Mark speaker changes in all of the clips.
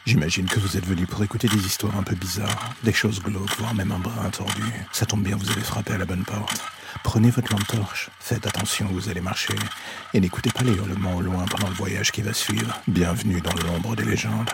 Speaker 1: J'imagine que vous êtes venu pour écouter des histoires un peu bizarres, des choses glauques, voire même un brin tordu. Ça tombe bien, vous avez frappé à la bonne porte. Prenez votre lampe torche, faites attention où vous allez marcher, et n'écoutez pas les hurlements au loin pendant le voyage qui va suivre. Bienvenue dans l'ombre des légendes.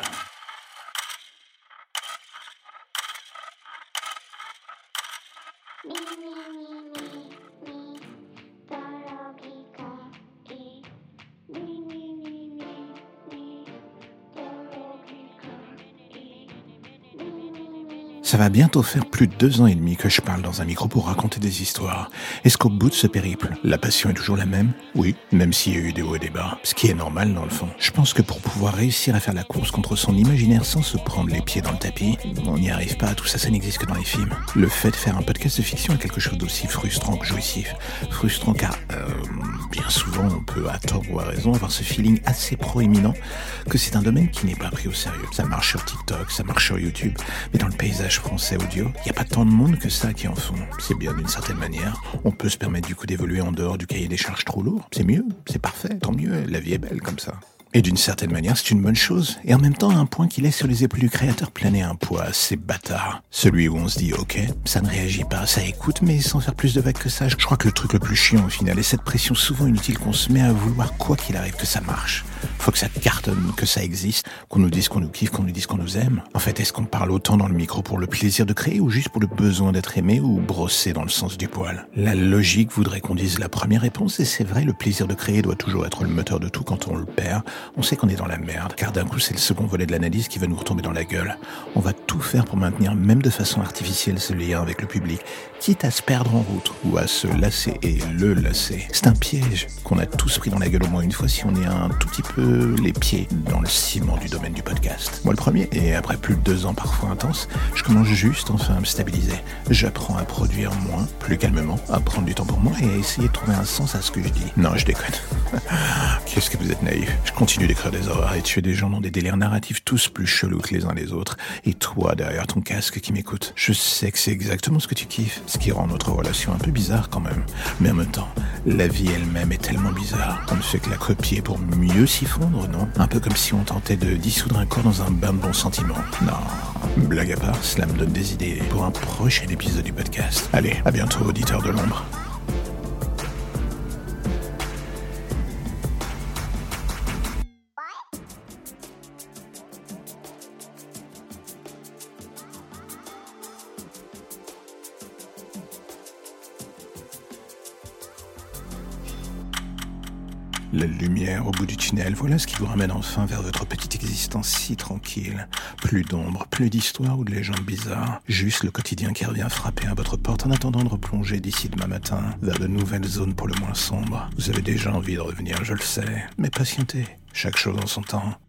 Speaker 1: Ça va bientôt faire plus de 2 ans et demi que je parle dans un micro pour raconter des histoires. Est-ce qu'au bout de ce périple, la passion est toujours la même ? Oui, même s'il y a eu des hauts et des bas, ce qui est normal dans le fond. Je pense que pour pouvoir réussir à faire la course contre son imaginaire sans se prendre les pieds dans le tapis, on n'y arrive pas, tout ça, ça n'existe que dans les films. Le fait de faire un podcast de fiction est quelque chose d'aussi frustrant que jouissif. Frustrant car, bien souvent, on peut, à tort ou à raison, avoir ce feeling assez proéminent que c'est un domaine qui n'est pas pris au sérieux. Ça marche sur TikTok, ça marche sur YouTube, mais dans le paysage français audio, il n'y a pas tant de monde que ça qui en font. C'est bien d'une certaine manière. On peut se permettre du coup d'évoluer en dehors du cahier des charges trop lourd. C'est mieux, c'est parfait, tant mieux, la vie est belle comme ça. Et d'une certaine manière, c'est une bonne chose. Et en même temps, un point qui laisse sur les épaules du créateur planer un poids assez bâtard. Celui où on se dit, ok, ça ne réagit pas, ça écoute, mais sans faire plus de vagues que ça. Je crois que le truc le plus chiant au final est cette pression souvent inutile qu'on se met à vouloir, quoi qu'il arrive, que ça marche. Faut que ça cartonne, que ça existe, qu'on nous dise qu'on nous kiffe, qu'on nous dise qu'on nous aime. En fait, est-ce qu'on parle autant dans le micro pour le plaisir de créer ou juste pour le besoin d'être aimé ou brossé dans le sens du poil ? La logique voudrait qu'on dise la première réponse et c'est vrai, le plaisir de créer doit toujours être le moteur de tout. Quand on le perd, on sait qu'on est dans la merde, car d'un coup c'est le second volet de l'analyse qui va nous retomber dans la gueule. On va tout faire pour maintenir, même de façon artificielle, ce lien avec le public, quitte à se perdre en route ou à se lasser et le lasser. C'est un piège qu'on a tous pris dans la gueule au moins une fois si on est un tout petit peu les pieds dans le ciment du domaine du podcast. Moi le premier, et après plus de 2 ans parfois intenses, je commence juste enfin à me stabiliser. J'apprends à produire moins, plus calmement, à prendre du temps pour moi et à essayer de trouver un sens à ce que je dis. Non, je déconne. Qu'est-ce que vous êtes naïf. Je continue d'écrire des horreurs et de tuer des gens dans des délires narratifs tous plus chelous que les uns les autres. Et toi, derrière ton casque qui m'écoute, je sais que c'est exactement ce que tu kiffes, ce qui rend notre relation un peu bizarre quand même. Mais en même temps, la vie elle-même est tellement bizarre. On ne fait que la copier pour mieux s'y fondre, non ? Un peu comme si on tentait de dissoudre un corps dans un bain de bons sentiments. Non, blague à part, cela me donne des idées pour un prochain épisode du podcast. Allez, à bientôt, auditeurs de l'ombre. La lumière au bout du tunnel, voilà ce qui vous ramène enfin vers votre petite existence si tranquille. Plus d'ombre, plus d'histoires ou de légendes bizarres. Juste le quotidien qui revient frapper à votre porte en attendant de replonger d'ici demain matin vers de nouvelles zones pour le moins sombres. Vous avez déjà envie de revenir, je le sais, mais patientez, chaque chose en son temps.